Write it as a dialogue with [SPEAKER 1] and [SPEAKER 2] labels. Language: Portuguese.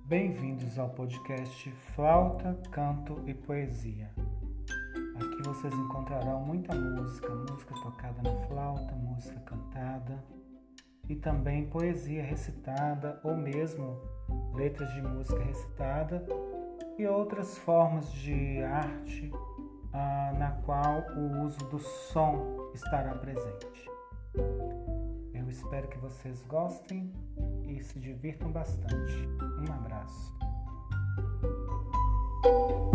[SPEAKER 1] Bem-vindos ao podcast Flauta, Canto e Poesia. Aqui vocês encontrarão muita música tocada na flauta, música cantada e também poesia recitada ou mesmo letras de música recitada e outras formas de arte na qual o uso do som estará presente. Eu espero que vocês gostem e se divirtam bastante. Um abraço.